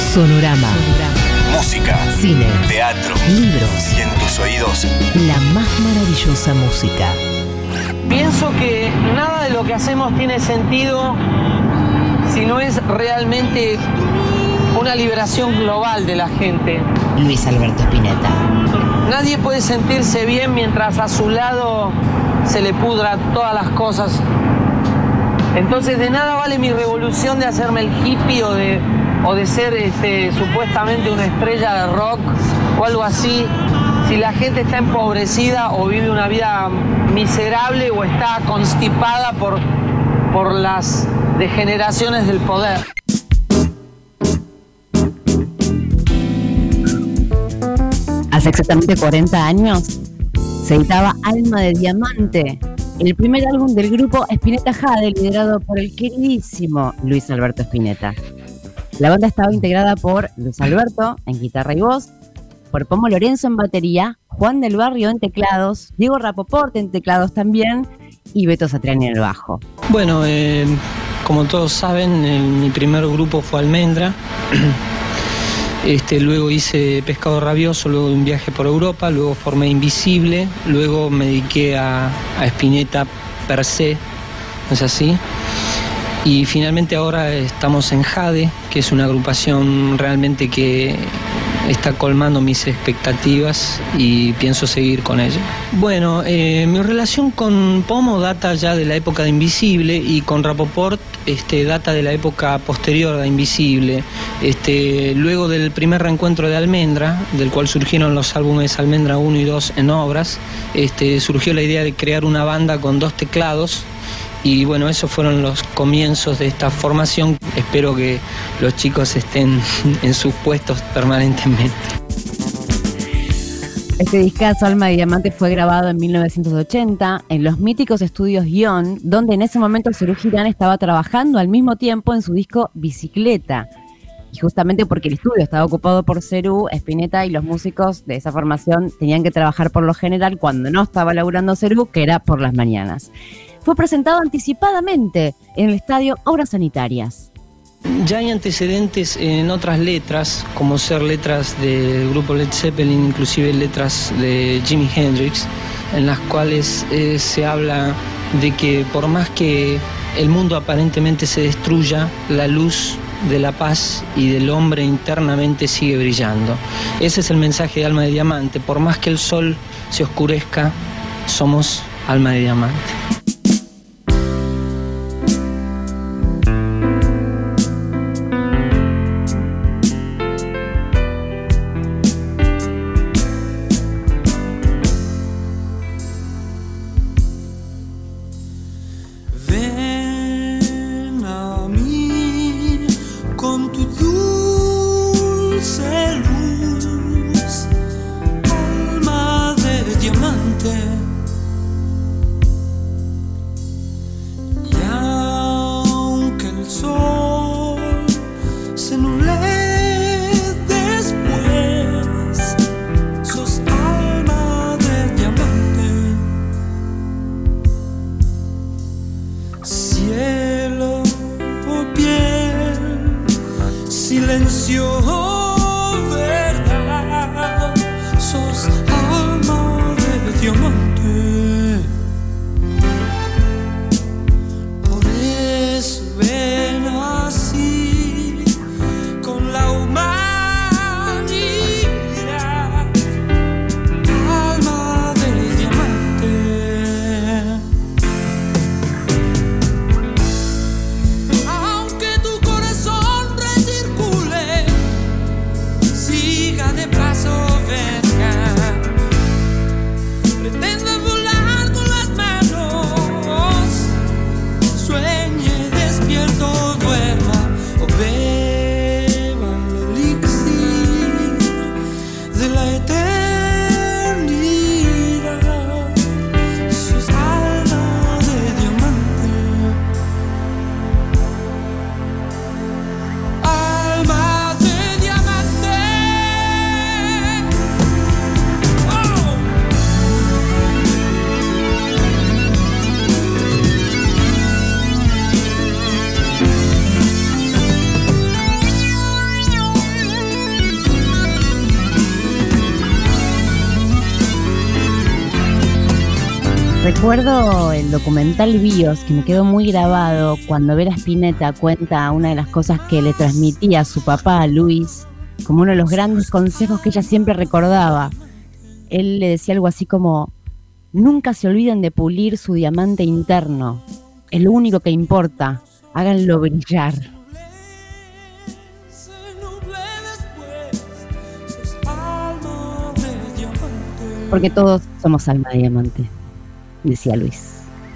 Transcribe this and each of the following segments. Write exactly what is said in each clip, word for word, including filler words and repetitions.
Sonorama. Música, cine, teatro, libros y en tus oídos la más maravillosa música. Pienso que nada de lo que hacemos tiene sentido si no es realmente una liberación global de la gente. Luis Alberto Spinetta. Nadie puede sentirse bien mientras a su lado se le pudra todas las cosas. Entonces de nada vale mi revolución de hacerme el hippie o de, o de ser este, supuestamente una estrella de rock o algo así, si la gente está empobrecida o vive una vida miserable o está constipada por, por las degeneraciones del poder. Hace exactamente cuarenta años se editaba Alma de Diamante, el primer álbum del grupo Spinetta Jade, liderado por el queridísimo Luis Alberto Spinetta. La banda estaba integrada por Luis Alberto en guitarra y voz, por Pomo Lorenzo en batería, Juan del Barrio en teclados, Diego Rapoport en teclados también y Beto Satriani en el bajo. Bueno, eh, como todos saben, el, mi primer grupo fue Almendra. Este, luego hice Pescado Rabioso, luego un viaje por Europa, luego formé Invisible, luego me dediqué a, a Spinetta per se, ¿no es así? Y finalmente ahora estamos en Jade, que es una agrupación realmente que está colmando mis expectativas y pienso seguir con ella. Bueno, eh, mi relación con Pomo data ya de la época de Invisible y con Rapoport este, data de la época posterior a Invisible. Este, luego del primer reencuentro de Almendra, del cual surgieron los álbumes Almendra uno y dos en obras, este, surgió la idea de crear una banda con dos teclados. Y bueno, esos fueron los comienzos de esta formación. Espero que los chicos estén en sus puestos permanentemente. Este discazo, Alma de Diamante, fue grabado en mil novecientos ochenta en los míticos estudios Ion, donde en ese momento Serú Girán estaba trabajando al mismo tiempo en su disco Bicicleta. Y justamente porque el estudio estaba ocupado por Serú, Spinetta y los músicos de esa formación tenían que trabajar por lo general cuando no estaba laburando Serú, que era por las mañanas. Fue presentado anticipadamente en el estadio Obras Sanitarias. Ya hay antecedentes en otras letras, como ser letras del grupo Led Zeppelin, inclusive letras de Jimi Hendrix, en las cuales eh, se habla de que por más que el mundo aparentemente se destruya, la luz de la paz y del hombre internamente sigue brillando. Ese es el mensaje de Alma de Diamante. Por más que el sol se oscurezca, somos Alma de Diamante. Pretendo volar. Recuerdo el documental Bios, que me quedó muy grabado cuando Vera Spinetta cuenta una de las cosas que le transmitía a su papá, Luis, como uno de los grandes consejos que ella siempre recordaba. Él le decía algo así como: nunca se olviden de pulir su diamante interno, es lo único que importa, háganlo brillar. Porque todos somos alma de diamante, decía Luis.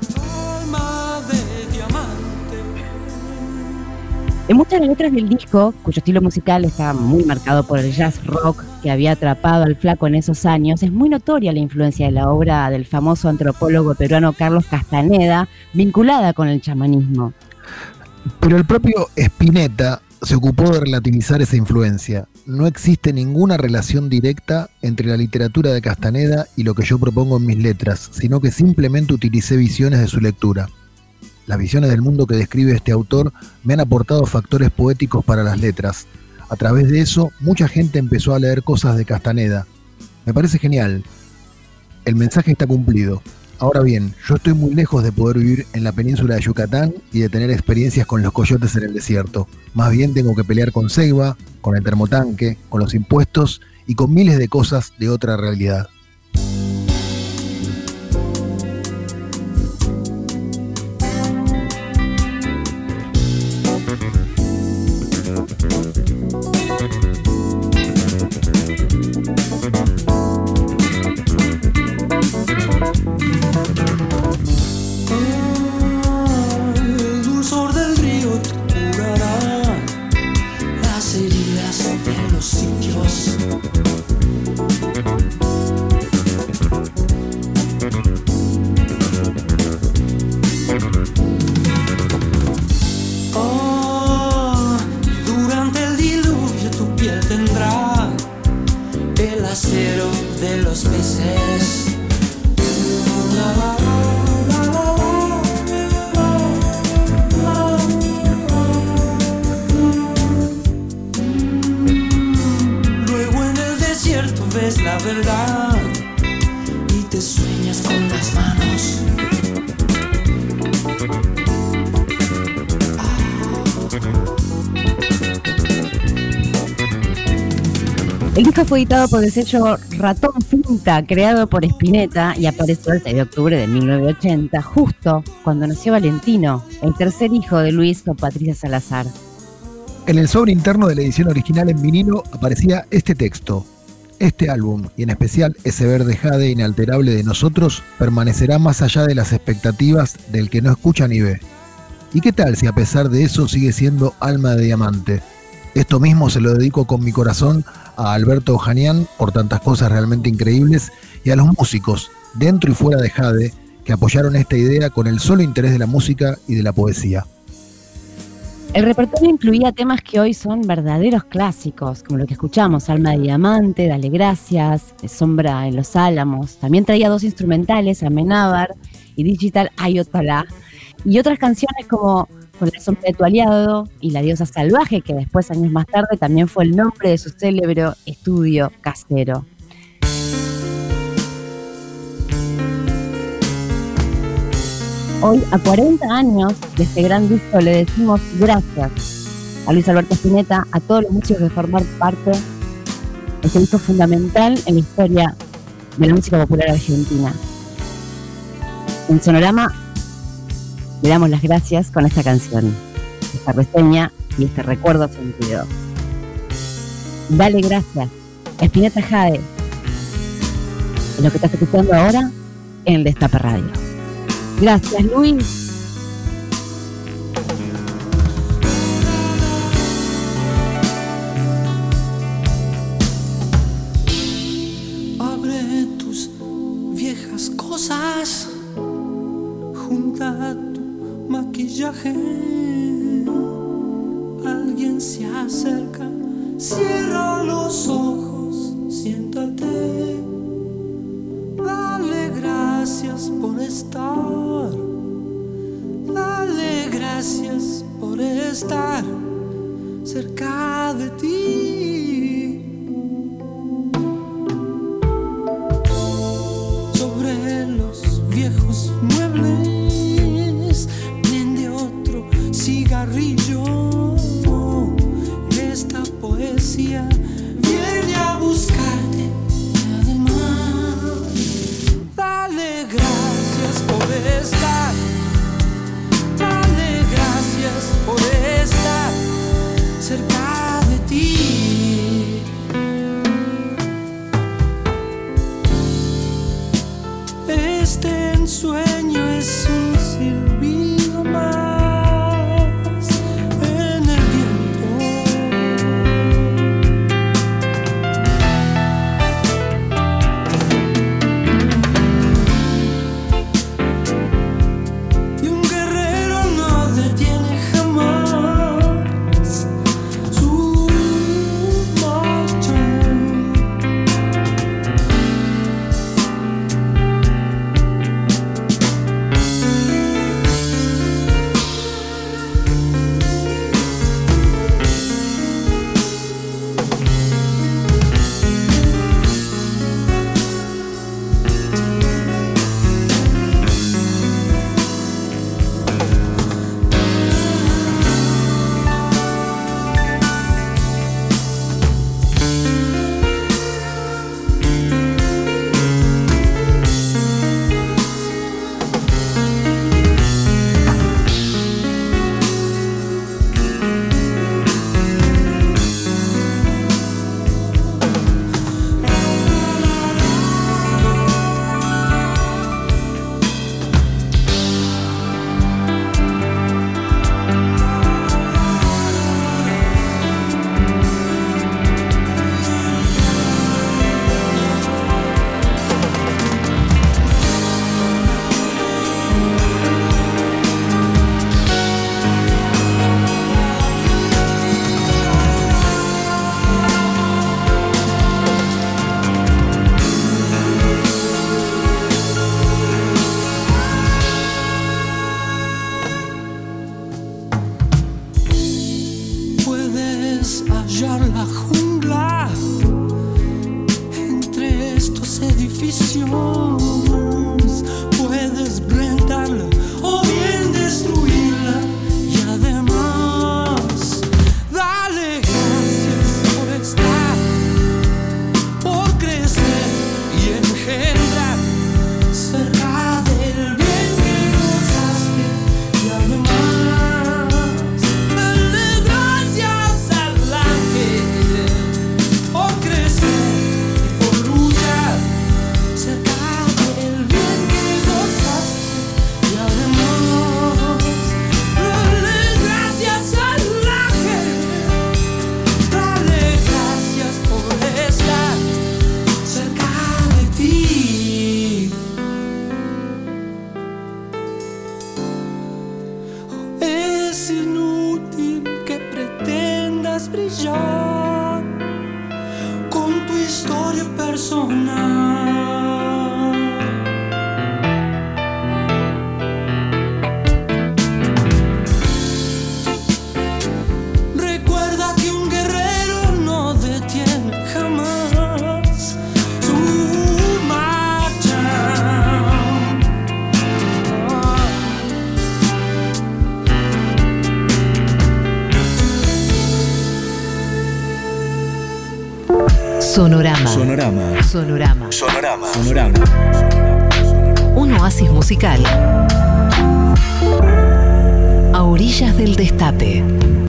En muchas de las letras del disco, cuyo estilo musical está muy marcado por el jazz rock que había atrapado al flaco en esos años, es muy notoria la influencia de la obra del famoso antropólogo peruano Carlos Castaneda, vinculada con el chamanismo. Pero el propio Spinetta se ocupó de relativizar esa influencia. No existe ninguna relación directa entre la literatura de Castaneda y lo que yo propongo en mis letras, sino que simplemente utilicé visiones de su lectura. Las visiones del mundo que describe este autor me han aportado factores poéticos para las letras. A través de eso, mucha gente empezó a leer cosas de Castaneda. Me parece genial. El mensaje está cumplido. Ahora bien, yo estoy muy lejos de poder vivir en la península de Yucatán y de tener experiencias con los coyotes en el desierto. Más bien tengo que pelear con Ceiba, con el termotanque, con los impuestos y con miles de cosas de otra realidad. El disco fue editado por el sello Ratón Finta, creado por Spinetta, y apareció el seis de octubre de mil novecientos ochenta, justo cuando nació Valentino, el tercer hijo de Luis con Patricia Salazar. En el sobre interno de la edición original en vinilo aparecía este texto: este álbum, y en especial ese verde jade inalterable de nosotros, permanecerá más allá de las expectativas del que no escucha ni ve. ¿Y qué tal si a pesar de eso sigue siendo alma de diamante? Esto mismo se lo dedico con mi corazón a Alberto Ojanian por tantas cosas realmente increíbles y a los músicos, dentro y fuera de Jade, que apoyaron esta idea con el solo interés de la música y de la poesía. El repertorio incluía temas que hoy son verdaderos clásicos, como lo que escuchamos, Alma de Diamante, Dale Gracias, Sombra en los Álamos. También traía dos instrumentales, Amenábar y Digital Ayotala, y otras canciones como Con la sombra de tu aliado y La diosa salvaje, que después, años más tarde, también fue el nombre de su célebre estudio casero. Hoy, a cuarenta años de este gran disco, le decimos gracias a Luis Alberto Spinetta, a todos los músicos que forman parte de este disco fundamental en la historia de la música popular argentina. En Sonorama le damos las gracias con esta canción, esta reseña y este recuerdo sentido. Dale gracias, Spinetta Jade, en lo que estás escuchando ahora en el Destape Radio. Gracias, Luis. Abre tus viejas cosas, junta tu maquillaje. Alguien se acerca, cierra los ojos, siéntate. Dale gracias por estar, dale gracias por estar cerca de ti. Sobre los viejos policía viene a buscarte. Y además, dale gracias por estar. Dale gracias por estar cerca de ti. Este ensueño es un silbido más en el viento. Y un guerrero no detiene jamás su marcha. Puedes hallar la jungla entre estos edificios. Puedes blindarla o bien destruirla. Y además, dale gracias por estar, por crecer y engendrar cerca del bien que gozaste. Y además, dale gracias al ángel por crecer y por luchar cerca del bien que gozaste. Y además, dale gracias al ángel, dale gracias por estar cerca de ti. Es inútil que pretendas brillar con tu historia personal. Recuerda que un guerrero no detiene jamás su marcha. Sonorama. Sonorama. Sonorama. Sonorama. Sonorama. Un oasis musical a orillas del destape.